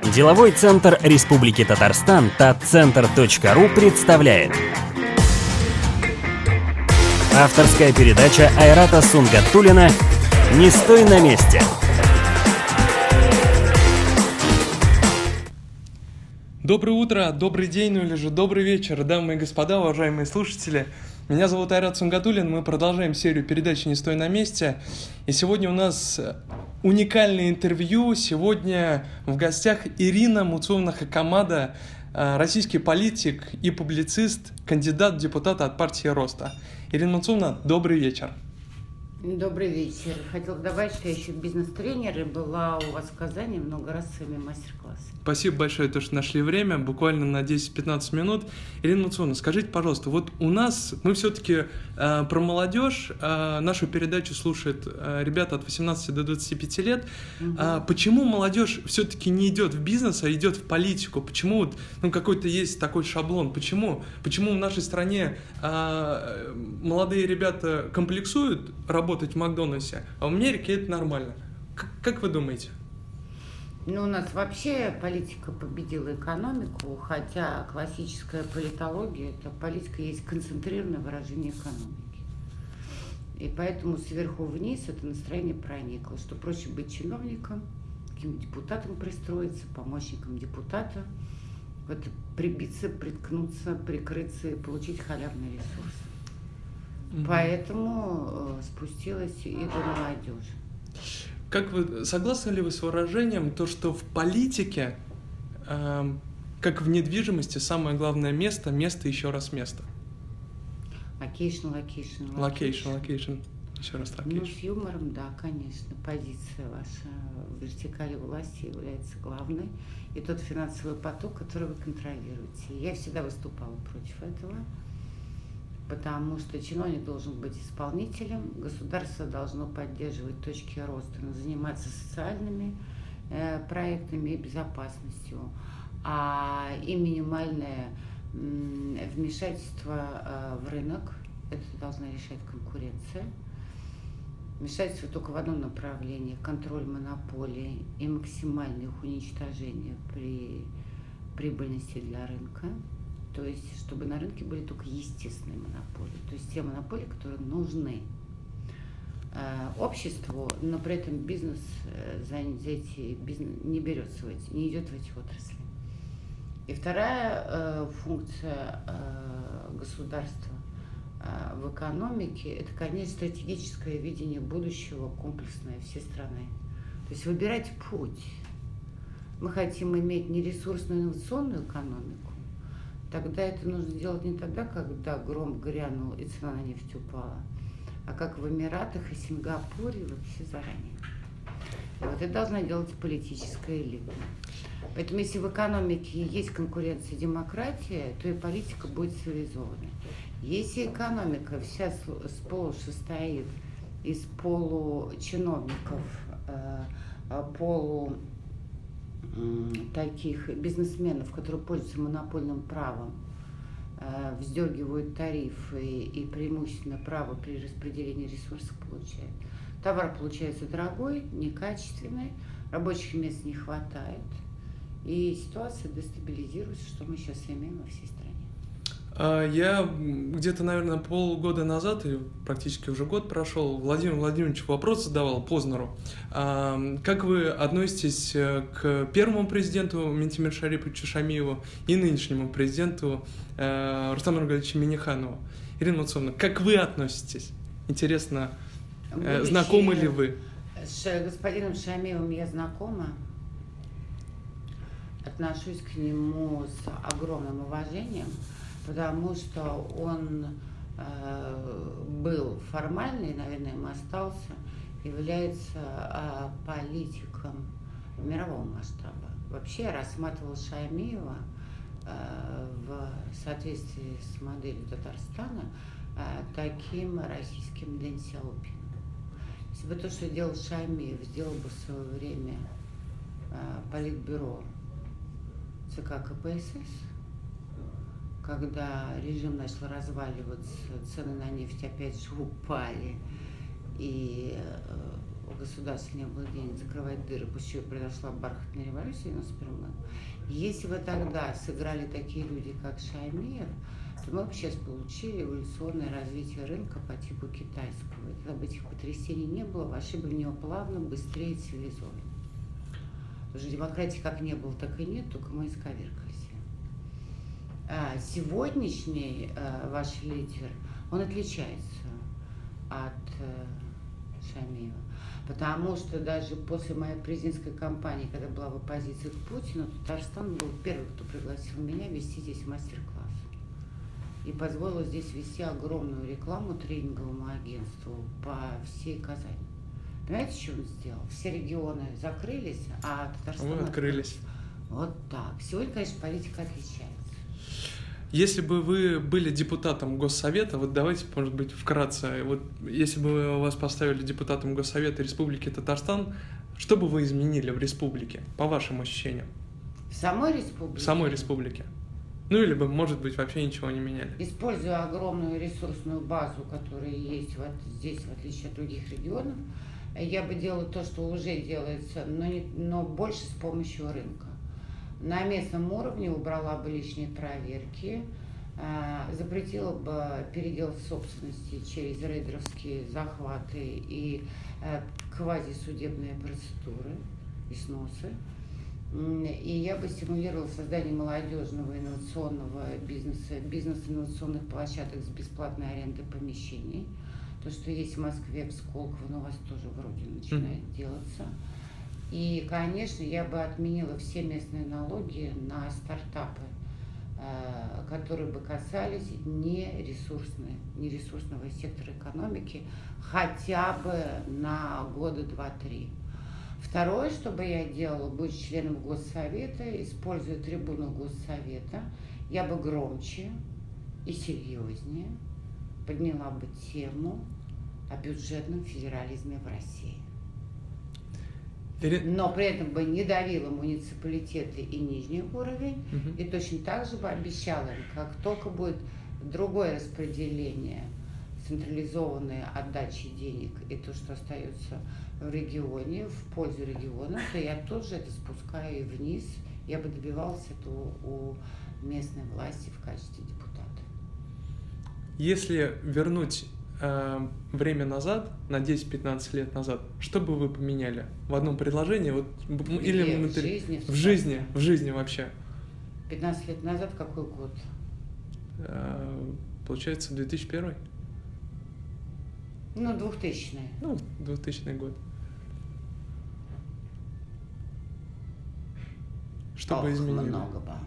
Деловой центр Республики Татарстан tatcenter.ru представляет авторская передача Айрата Сунгатуллина «Не стой на месте». Доброе утро, добрый день, ну или же добрый вечер, дамы и господа, уважаемые слушатели. Меня зовут Айрат Сунгатуллин, мы продолжаем серию передач «Не стой на месте». И сегодня у нас уникальное интервью. Сегодня в гостях Ирина Муцовна-Хакамада, российский политик и публицист, кандидат в депутаты от партии Роста. Ирина Муцовна, добрый вечер. Добрый вечер. Хотела добавить, что я еще бизнес-тренер и была у вас в Казани много раз с вами мастер-классы. Спасибо большое, что нашли время, буквально на 10-15 минут. Ирина Муцовна, скажите, пожалуйста, вот у нас, мы все-таки про молодежь, нашу передачу слушают ребята от 18 до 25 лет. Почему молодежь все-таки не идет в бизнес, а идет в политику? Почему вот, какой-то есть такой шаблон? Почему в нашей стране молодые ребята комплексуют работать в Макдональдсе, а в Америке это нормально? Как вы думаете? У нас вообще политика победила экономику, хотя классическая политология, это политика есть концентрированное выражение экономики. И поэтому сверху вниз это настроение проникло, что проще быть чиновником, каким-то депутатом пристроиться, помощником депутата, вот прибиться, приткнуться, прикрыться и получить халявный ресурс. Поэтому спустилась и до молодежи. Как вы, согласны ли вы с выражением, то, что в политике, как в недвижимости, самое главное место, еще раз место? Location. Еще раз location. С юмором, да, конечно. Позиция ваша в вертикали власти является главной. И тот финансовый поток, который вы контролируете. Я всегда выступала против этого. Потому что чиновник должен быть исполнителем, государство должно поддерживать точки роста, но заниматься социальными проектами и безопасностью, и минимальное вмешательство в рынок, это должна решать конкуренция. Вмешательство только в одном направлении – контроль монополий и максимальное их уничтожение при прибыльности для рынка. То есть, чтобы на рынке были только естественные монополии, то есть те монополии, которые нужны обществу, но при этом бизнес не берется не идет в эти отрасли. И вторая функция государства в экономике – это, конечно, стратегическое видение будущего, комплексное всей страны. То есть выбирать путь. Мы хотим иметь не ресурсную инновационную экономику. Тогда это нужно делать не тогда, когда гром грянул и цена на нефть упала, а как в Эмиратах и Сингапуре вообще заранее. И вот это должна делать политическая элита. Поэтому если в экономике есть конкуренция и демократия, то и политика будет цивилизованной. Если экономика вся сплошь состоит из получиновников, таких бизнесменов, которые пользуются монопольным правом, вздергивают тарифы и преимущественно право при распределении ресурсов получают. Товар получается дорогой, некачественный, рабочих мест не хватает, и ситуация дестабилизируется, что мы сейчас имеем во всей стране. Я где-то, наверное, полгода назад, и практически уже год прошел, Владимиру Владимировичу вопрос задавал, Познеру. Как вы относитесь к первому президенту Ментимиру Шариповичу Шамиеву и нынешнему президенту Рустаму Нургалиевичу Минниханову? Ирина Муцовна, как вы относитесь? Интересно, знакомы ли вы? С господином Шамиевым я знакома. Отношусь к нему с огромным уважением, потому что он был формальный, наверное, им остался, является политиком мирового масштаба. Вообще я рассматривал Шамиева в соответствии с моделью Татарстана таким российским Дэн Сяопином. Если бы то, что делал Шамиев, сделал бы в свое время политбюро ЦК КПСС, когда режим начал разваливаться, цены на нефть опять же упали, и у государства не было денег закрывать дыры, пусть еще и произошла бархатная революция в 91 году. Если бы тогда сыграли такие люди, как Шаймиев, то мы бы сейчас получили эволюционное развитие рынка по типу китайского. И тогда бы этих потрясений не было, вошли бы в него плавно, быстрее, цивилизованно. Потому что демократии как не было, так и нет, только мы исковеркались. Сегодняшний ваш лидер, он отличается от Шаймиева. Потому что даже после моей президентской кампании, когда была в оппозиции к Путину, Татарстан был первый, кто пригласил меня вести здесь мастер-класс. И позволил здесь вести огромную рекламу тренинговому агентству по всей Казани. Понимаете, что он сделал? Все регионы закрылись, а Татарстан открылись. Вот так. Сегодня, конечно, политика отличается. Если бы вы были депутатом Госсовета, вот давайте, может быть, вкратце, вот если бы вас поставили депутатом Госсовета Республики Татарстан, что бы вы изменили в республике, по вашим ощущениям? В самой республике? В самой республике. Ну, или бы, может быть, вообще ничего не меняли. Используя огромную ресурсную базу, которая есть вот здесь, в отличие от других регионов, я бы делала то, что уже делается, но больше с помощью рынка. На местном уровне убрала бы лишние проверки, запретила бы передел собственности через рейдерские захваты и квазисудебные процедуры и сносы. И я бы стимулировала создание молодежного инновационного бизнеса, бизнес-инновационных площадок с бесплатной арендой помещений. То, что есть в Москве, в Сколково, но у вас тоже вроде начинает делаться. И, конечно, я бы отменила все местные налоги на стартапы, которые бы касались нересурсного сектора экономики хотя бы на года 2-3. Второе, что бы я делала, будучи членом Госсовета, используя трибуну Госсовета, я бы громче и серьезнее подняла бы тему о бюджетном федерализме в России. Но при этом бы не давила муниципалитеты и нижний уровень, и точно так же бы обещала им, как только будет другое распределение, централизованной отдачи денег и то, что остается в регионе, в пользу региона, то я тоже это спускаю и вниз. Я бы добивалась этого у местной власти в качестве депутата. Если вернуть время назад, на 10-15 лет назад, что бы вы поменяли в одном предложении? Вот, или в жизни? В жизни вообще. 15 лет назад какой год? Получается, 2001? Ну, 2000-й. Ну, 2000 год. Что бы изменили? Много бы.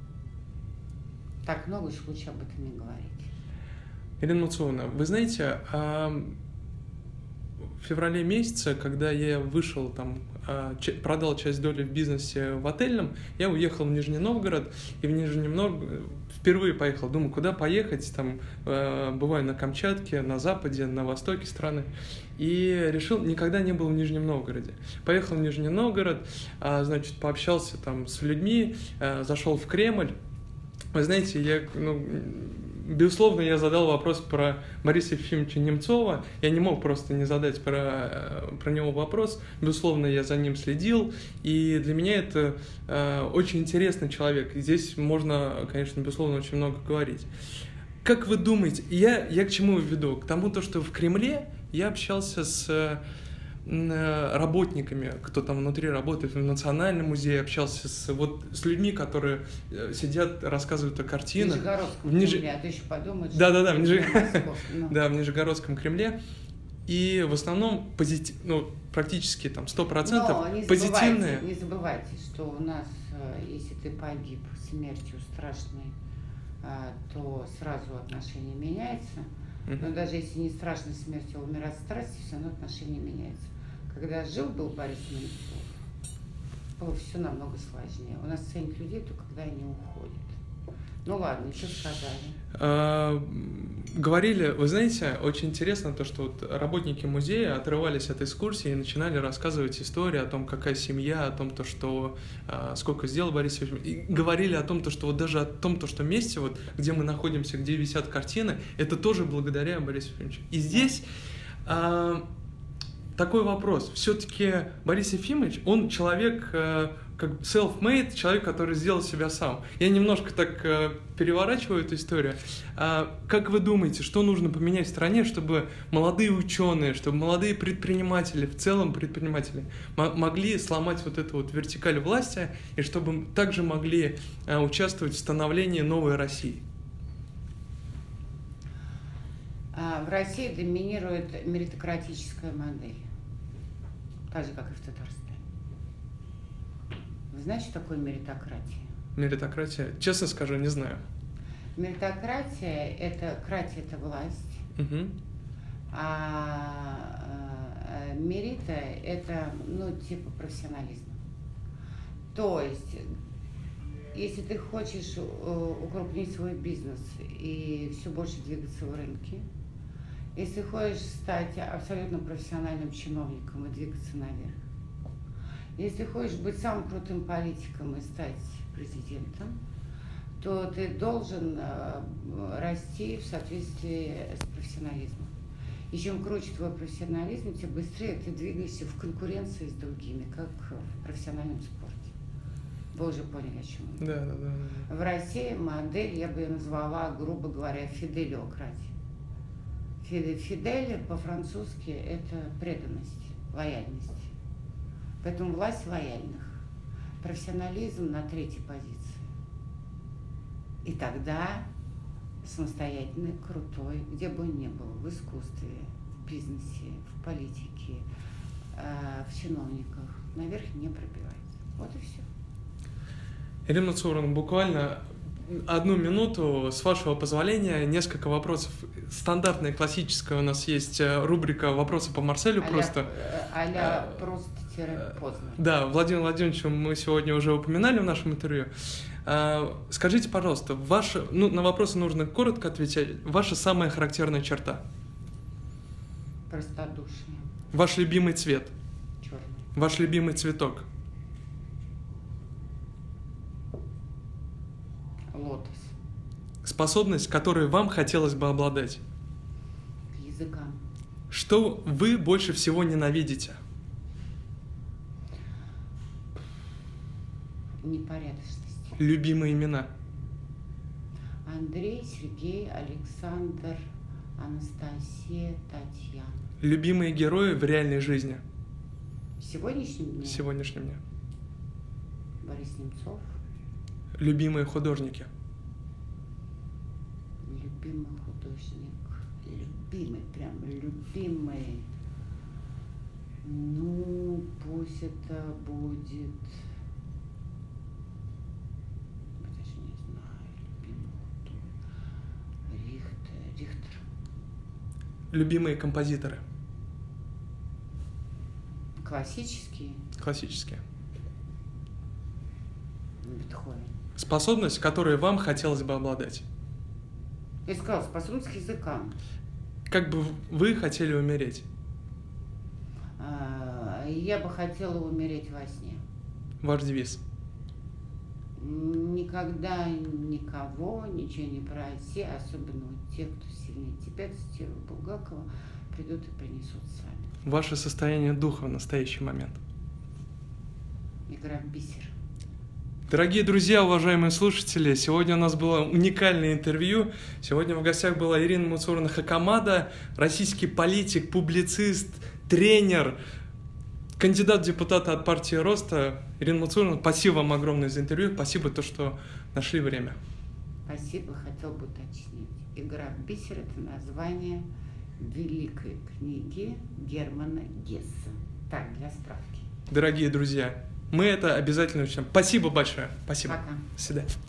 Так много, что лучше об этом не говорить. Ирина Муцуовна, вы знаете, в феврале месяце, когда я вышел, там, продал часть доли в бизнесе в отельном, я уехал в Нижний Новгород, и в Нижнем Новгороде впервые поехал. Думаю, куда поехать, там, бываю на Камчатке, на западе, на востоке страны, и решил, никогда не был в Нижнем Новгороде. Поехал в Нижний Новгород, значит, пообщался там с людьми, зашел в Кремль. Вы знаете, безусловно, я задал вопрос про Бориса Ефимовича Немцова. Я не мог просто не задать про него вопрос. Безусловно, я за ним следил. И для меня это очень интересный человек. И здесь можно, конечно, безусловно, очень много говорить. Как вы думаете, я к чему веду? К тому, что в Кремле я общался с работниками, кто там внутри работает, в Национальном музее, общался с людьми, которые сидят, рассказывают о картинах. В Нижегородском Кремле, а ты еще подумаешь. Да, в Нижегородском Кремле. И в основном практически там 100% позитивные. Не забывайте, что у нас, если ты погиб смертью страшной, то сразу отношение меняется. Но даже если не страшной смертью, а умирать от страсти, все равно отношение меняется. Когда был Борис Немцов, было все намного сложнее. У нас ценят людей только когда они уходят. Ну ладно, что сказали? Говорили, вы знаете, очень интересно то, что вот работники музея отрывались от экскурсии и начинали рассказывать истории о том, какая семья, о том, что сколько сделал Борис Ефимович. И говорили о том, что вот даже о том, что месте, вот, где мы находимся, где висят картины, это тоже благодаря Борису Ефимовичу. И здесь такой вопрос. Все-таки Борис Ефимович, он человек, как self-made, человек, который сделал себя сам. Я немножко так переворачиваю эту историю. Как вы думаете, что нужно поменять в стране, чтобы молодые ученые, чтобы молодые предприниматели, в целом предприниматели, могли сломать вот эту вот вертикаль власти и чтобы также могли участвовать в становлении новой России? В России доминирует меритократическая модель, так же, как и в Татарстане. Вы знаете, что такое меритократия? Меритократия? Честно скажу, не знаю. Меритократия – это власть, а мерита – это, типа профессионализма. То есть, если ты хочешь укрупнить свой бизнес и все больше двигаться в рынке, если хочешь стать абсолютно профессиональным чиновником и двигаться наверх, если хочешь быть самым крутым политиком и стать президентом, то ты должен расти в соответствии с профессионализмом. И чем круче твой профессионализм, тем быстрее ты двигаешься в конкуренции с другими, как в профессиональном спорте. Вы уже поняли, о чем я говорю. Да. В России модель, я бы ее назвала, грубо говоря, фиделиократия. Фидель по-французски – это преданность, лояльность. Поэтому власть лояльных, профессионализм на третьей позиции. И тогда самостоятельный, крутой, где бы он ни был, в искусстве, в бизнесе, в политике, в чиновниках, наверх не пробивается. Вот и все. Ирина Мацуровна, буквально 1 минуту, с вашего позволения, несколько вопросов. Стандартная, классическая у нас есть рубрика «Вопросы по Марселю» просто. Поздно. Да, Владимир Владимирович мы сегодня уже упоминали в нашем интервью. Скажите, пожалуйста, на вопросы нужно коротко отвечать. Ваша самая характерная черта? Простодушие. Ваш любимый цвет? Черный. Ваш любимый цветок? Лотос. Способность, которой вам хотелось бы обладать? К языкам. Что вы больше всего ненавидите? Непорядочность. Любимые имена? Андрей, Сергей, Александр, Анастасия, Татьяна. Любимые герои в реальной жизни? В сегодняшнем дне? В сегодняшнем дне. Борис Немцов. Любимые художники? Любимый художник. Любимый, прям любимый. Пусть это будет... Даже не знаю. Любимый художник. Рихтер. Любимые композиторы? Классические. Классические. Бетховен. Способность, которой вам хотелось бы обладать? Я сказала, способность к языкам. Как бы вы хотели умереть? Я бы хотела умереть во сне. Ваш девиз? Никогда никого, ничего не проси, особенно вот тех, кто сильнее тебя, цитирую Булгакова, придут и принесут сами. Ваше состояние духа в настоящий момент? Игра в бисер. Дорогие друзья, уважаемые слушатели, сегодня у нас было уникальное интервью. Сегодня в гостях была Ирина Мацуровна Хакамада, российский политик, публицист, тренер, кандидат в депутаты от партии Роста. Ирина Мацуровна, спасибо вам огромное за интервью, спасибо, что нашли время. Спасибо, хотел бы уточнить. «Игра в бисер» — это название великой книги Германа Гессе. Так, для справки. Дорогие друзья, мы это обязательно учтем. Спасибо большое. Спасибо. Пока. До свидания.